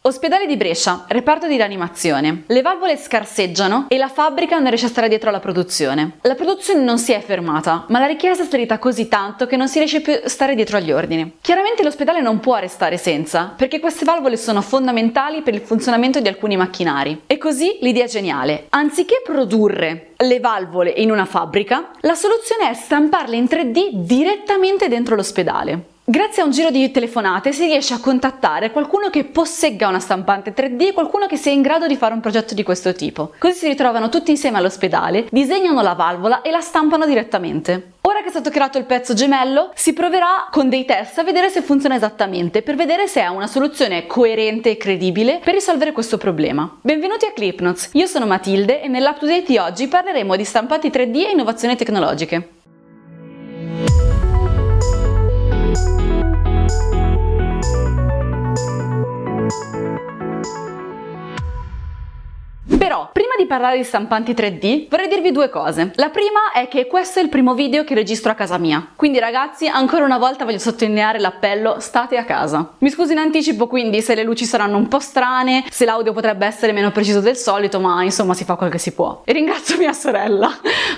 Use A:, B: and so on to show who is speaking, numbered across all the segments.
A: Ospedale di Brescia, reparto di rianimazione. Le valvole scarseggiano e la fabbrica non riesce a stare dietro alla produzione. La produzione non si è fermata, ma la richiesta è salita così tanto che non si riesce più a stare dietro agli ordini. Chiaramente l'ospedale non può restare senza, perché queste valvole sono fondamentali per il funzionamento di alcuni macchinari. E così l'idea è geniale. Anziché produrre le valvole in una fabbrica, la soluzione è stamparle in 3D direttamente dentro l'ospedale. Grazie a un giro di telefonate si riesce a contattare qualcuno che possegga una stampante 3D e qualcuno che sia in grado di fare un progetto di questo tipo. Così si ritrovano tutti insieme all'ospedale, disegnano la valvola e la stampano direttamente. Ora che è stato creato il pezzo gemello, si proverà con dei test a vedere se funziona esattamente, per vedere se è una soluzione coerente e credibile per risolvere questo problema. Benvenuti a Clipnotes, io sono Matilde e nell'UpToDate di oggi parleremo di stampati 3D e innovazioni tecnologiche. Però, prima di parlare di stampanti 3D, vorrei dirvi due cose. La prima è che questo è il primo video che registro a casa mia. Quindi ragazzi, ancora una volta voglio sottolineare l'appello: state a casa. Mi scuso in anticipo quindi se le luci saranno un po' strane, se l'audio potrebbe essere meno preciso del solito, ma insomma si fa quel che si può. E ringrazio mia sorella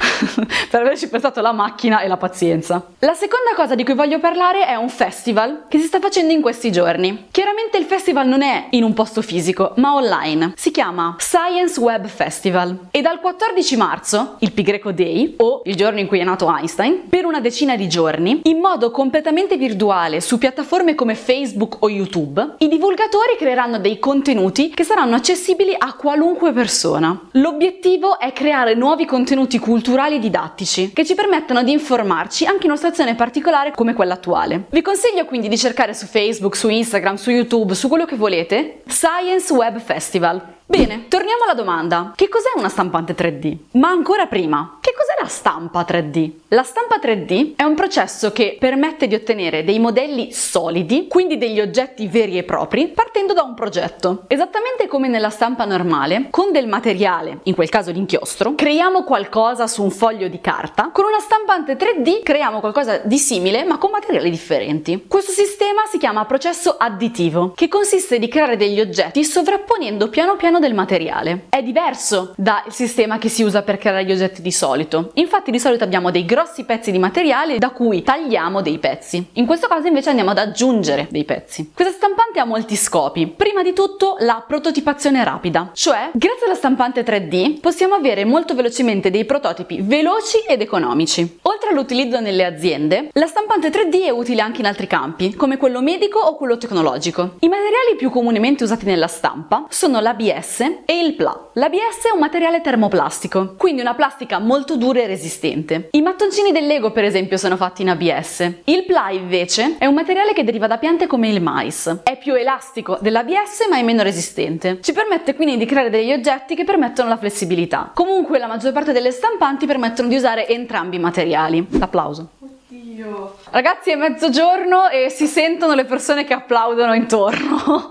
A: per averci prestato la macchina e la pazienza. La seconda cosa di cui voglio parlare è un festival che si sta facendo in questi giorni. Chiaramente il festival non è in un posto fisico, ma online. Si chiama Science Web Festival e dal 14 marzo, il Pi Greco Day, o il giorno in cui è nato Einstein, per una decina di giorni, in modo completamente virtuale su piattaforme come Facebook o YouTube, i divulgatori creeranno dei contenuti che saranno accessibili a qualunque persona. L'obiettivo è creare nuovi contenuti culturali e didattici che ci permettano di informarci anche in una situazione particolare come quella attuale. Vi consiglio quindi di cercare su Facebook, su Instagram, su YouTube, su quello che volete, Science Web Festival. Bene, torniamo alla domanda: che cos'è una stampante 3D? Ma ancora prima, che cos'è la stampa 3D? La stampa 3D è un processo che permette di ottenere dei modelli solidi, quindi degli oggetti veri e propri, partendo da un progetto. Esattamente come nella stampa normale, con del materiale, in quel caso l'inchiostro, creiamo qualcosa su un foglio di carta, con una stampante 3D creiamo qualcosa di simile ma con materiali differenti. Questo sistema si chiama processo additivo, che consiste di creare degli oggetti sovrapponendo piano piano del materiale. È diverso dal sistema che si usa per creare gli oggetti di solito. Infatti di solito abbiamo dei grossi pezzi di materiale da cui tagliamo dei pezzi. In questo caso invece andiamo ad aggiungere dei pezzi. Questa stampante ha molti scopi. Prima di tutto la prototipazione rapida, cioè grazie alla stampante 3D possiamo avere molto velocemente dei prototipi veloci ed economici. Oltre all'utilizzo nelle aziende, la stampante 3D è utile anche in altri campi, come quello medico o quello tecnologico. I materiali più comunemente usati nella stampa sono l'ABS e il PLA. L'ABS è un materiale termoplastico, quindi una plastica molto dura e resistente. I mattoncini del Lego per esempio sono fatti in ABS. Il PLA invece è un materiale che deriva da piante come il mais. È più elastico dell'ABS ma è meno resistente. Ci permette quindi di creare degli oggetti che permettono la flessibilità. Comunque la maggior parte delle stampanti permettono di usare entrambi i materiali. L'applauso. Oddio. Ragazzi, è mezzogiorno e si sentono le persone che applaudono intorno.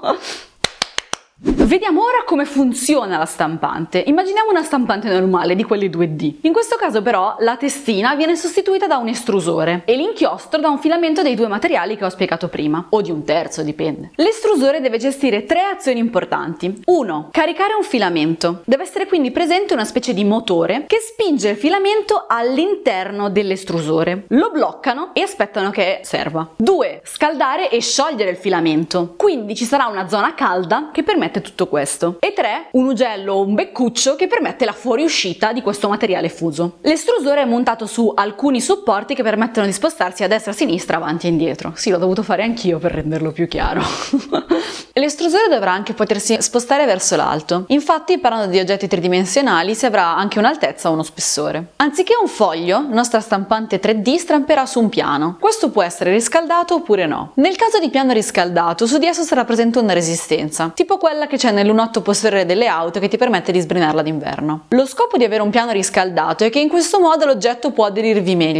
A: Vediamo ora come funziona la stampante. Immaginiamo una stampante normale di quelle 2D. In questo caso però la testina viene sostituita da un estrusore e l'inchiostro da un filamento dei due materiali che ho spiegato prima, o di un terzo, dipende. L'estrusore deve gestire tre azioni importanti. 1. Caricare un filamento. Deve essere quindi presente una specie di motore che spinge il filamento all'interno dell'estrusore. Lo bloccano e aspettano che serva. 2. Scaldare e sciogliere il filamento. Quindi ci sarà una zona calda che permette tutto questo. E 3. Un ugello o un beccuccio che permette la fuoriuscita di questo materiale fuso. L'estrusore è montato su alcuni supporti che permettono di spostarsi a destra, a sinistra, avanti e indietro. Sì, l'ho dovuto fare anch'io per renderlo più chiaro. L'estrusore dovrà anche potersi spostare verso l'alto. Infatti, parlando di oggetti tridimensionali, si avrà anche un'altezza o uno spessore. Anziché un foglio, la nostra stampante 3D stamperà su un piano. Questo può essere riscaldato oppure no. Nel caso di piano riscaldato, su di esso sarà presente una resistenza, tipo quella che c'è nel lunotto posteriore delle auto che ti permette di sbrinarla d'inverno. Lo scopo di avere un piano riscaldato è che in questo modo l'oggetto può aderirvi meglio.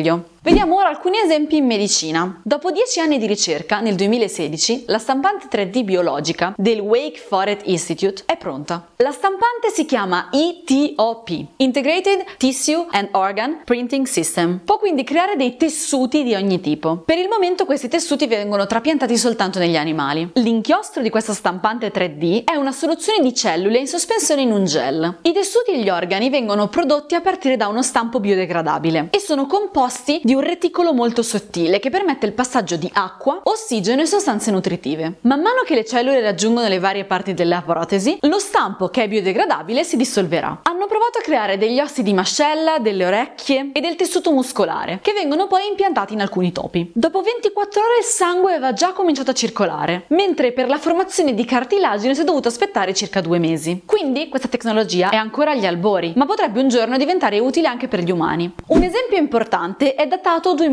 A: Vediamo ora alcuni esempi in medicina. Dopo 10 anni di ricerca, nel 2016, la stampante 3D biologica del Wake Forest Institute è pronta. La stampante si chiama ETOP, Integrated Tissue and Organ Printing System. Può quindi creare dei tessuti di ogni tipo. Per il momento questi tessuti vengono trapiantati soltanto negli animali. L'inchiostro di questa stampante 3D è una soluzione di cellule in sospensione in un gel. I tessuti e gli organi vengono prodotti a partire da uno stampo biodegradabile e sono composti di un reticolo molto sottile che permette il passaggio di acqua, ossigeno e sostanze nutritive. Man mano che le cellule raggiungono le varie parti della protesi, lo stampo, che è biodegradabile, si dissolverà. Hanno provato a creare degli ossi di mascella, delle orecchie e del tessuto muscolare, che vengono poi impiantati in alcuni topi. Dopo 24 ore il sangue aveva già cominciato a circolare, mentre per la formazione di cartilagine si è dovuto aspettare circa 2 mesi. Quindi questa tecnologia è ancora agli albori, ma potrebbe un giorno diventare utile anche per gli umani. Un esempio importante è datato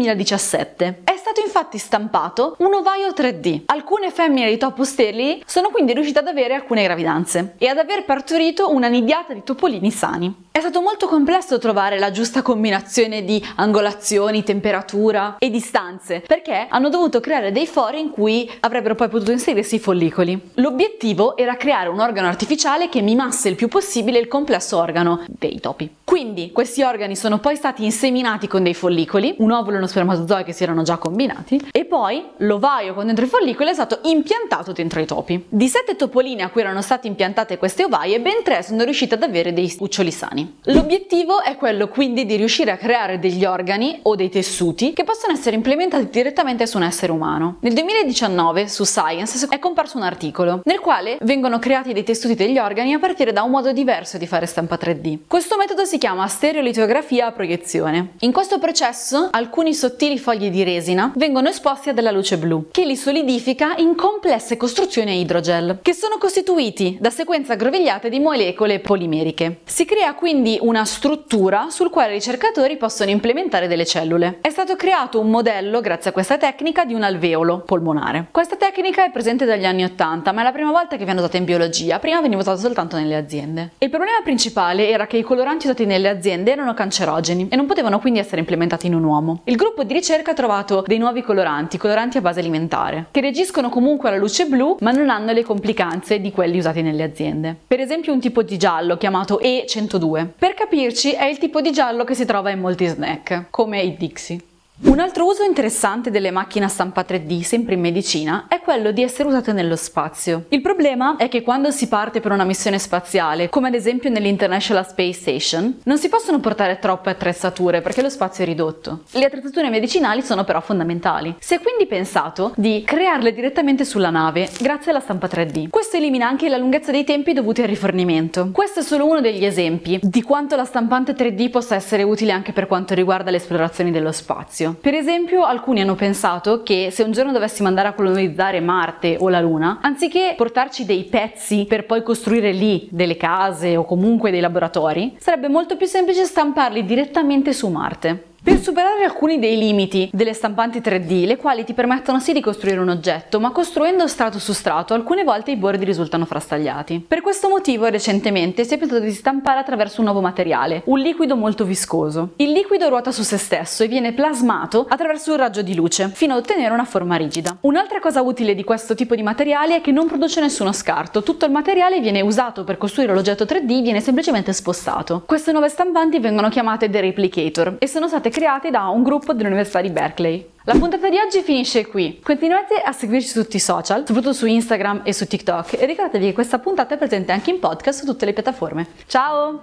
A: 2017. È stato infatti stampato un ovaio 3D. Alcune femmine di topo sterili sono quindi riuscite ad avere alcune gravidanze e ad aver partorito una nidiata di topolini sani. È stato molto complesso trovare la giusta combinazione di angolazioni, temperatura e distanze, perché hanno dovuto creare dei fori in cui avrebbero poi potuto inserirsi i follicoli. L'obiettivo era creare un organo artificiale che mimasse il più possibile il complesso organo dei topi. Quindi questi organi sono poi stati inseminati con dei follicoli, un ovulo e uno spermatozoo che si erano già combinati, e poi l'ovaio con dentro i follicoli è stato impiantato dentro i topi. Di 7 topolini a cui erano state impiantate queste ovaie, ben 3 sono riuscite ad avere dei cuccioli sani. L'obiettivo è quello quindi di riuscire a creare degli organi o dei tessuti che possono essere implementati direttamente su un essere umano. Nel 2019 su Science è comparso un articolo nel quale vengono creati dei tessuti degli organi a partire da un modo diverso di fare stampa 3D. Questo metodo si chiama stereolitografia a proiezione. In questo processo alcuni sottili fogli di resina vengono esposti a della luce blu che li solidifica in complesse costruzioni a idrogel che sono costituiti da sequenze aggrovigliate di molecole polimeriche. Si crea quindi una struttura sul quale i ricercatori possono implementare delle cellule. È stato creato un modello, grazie a questa tecnica, di un alveolo polmonare. Questa tecnica è presente dagli anni 80, ma è la prima volta che viene usata in biologia, prima veniva usata soltanto nelle aziende. Il problema principale era che i coloranti usati nelle aziende erano cancerogeni e non potevano quindi essere implementati in un uomo. Il gruppo di ricerca ha trovato dei nuovi coloranti a base alimentare, che reagiscono comunque alla luce blu, ma non hanno le complicanze di quelli usati nelle aziende. Per esempio un tipo di giallo chiamato E102. Per capirci, è il tipo di giallo che si trova in molti snack, come i Dixie. Un altro uso interessante delle macchine a stampa 3D, sempre in medicina, è quello di essere usate nello spazio. Il problema è che quando si parte per una missione spaziale, come ad esempio nell'International Space Station, non si possono portare troppe attrezzature perché lo spazio è ridotto. Le attrezzature medicinali sono però fondamentali. Si è quindi pensato di crearle direttamente sulla nave, grazie alla stampa 3D. Questo elimina anche la lunghezza dei tempi dovuti al rifornimento. Questo è solo uno degli esempi di quanto la stampante 3D possa essere utile anche per quanto riguarda le esplorazioni dello spazio. Per esempio, alcuni hanno pensato che se un giorno dovessimo andare a colonizzare Marte o la Luna, anziché portarci dei pezzi per poi costruire lì delle case o comunque dei laboratori, sarebbe molto più semplice stamparli direttamente su Marte. Per superare alcuni dei limiti delle stampanti 3D, le quali ti permettono sì di costruire un oggetto, ma costruendo strato su strato alcune volte i bordi risultano frastagliati. Per questo motivo recentemente si è pensato di stampare attraverso un nuovo materiale, un liquido molto viscoso. Il liquido ruota su se stesso e viene plasmato attraverso un raggio di luce, fino ad ottenere una forma rigida. Un'altra cosa utile di questo tipo di materiali è che non produce nessuno scarto, tutto il materiale viene usato per costruire l'oggetto 3D, viene semplicemente spostato. Queste nuove stampanti vengono chiamate The Replicator e sono state create da un gruppo dell'Università di Berkeley. La puntata di oggi finisce qui. Continuate a seguirci su tutti i social, soprattutto su Instagram e su TikTok, e ricordatevi che questa puntata è presente anche in podcast su tutte le piattaforme. Ciao!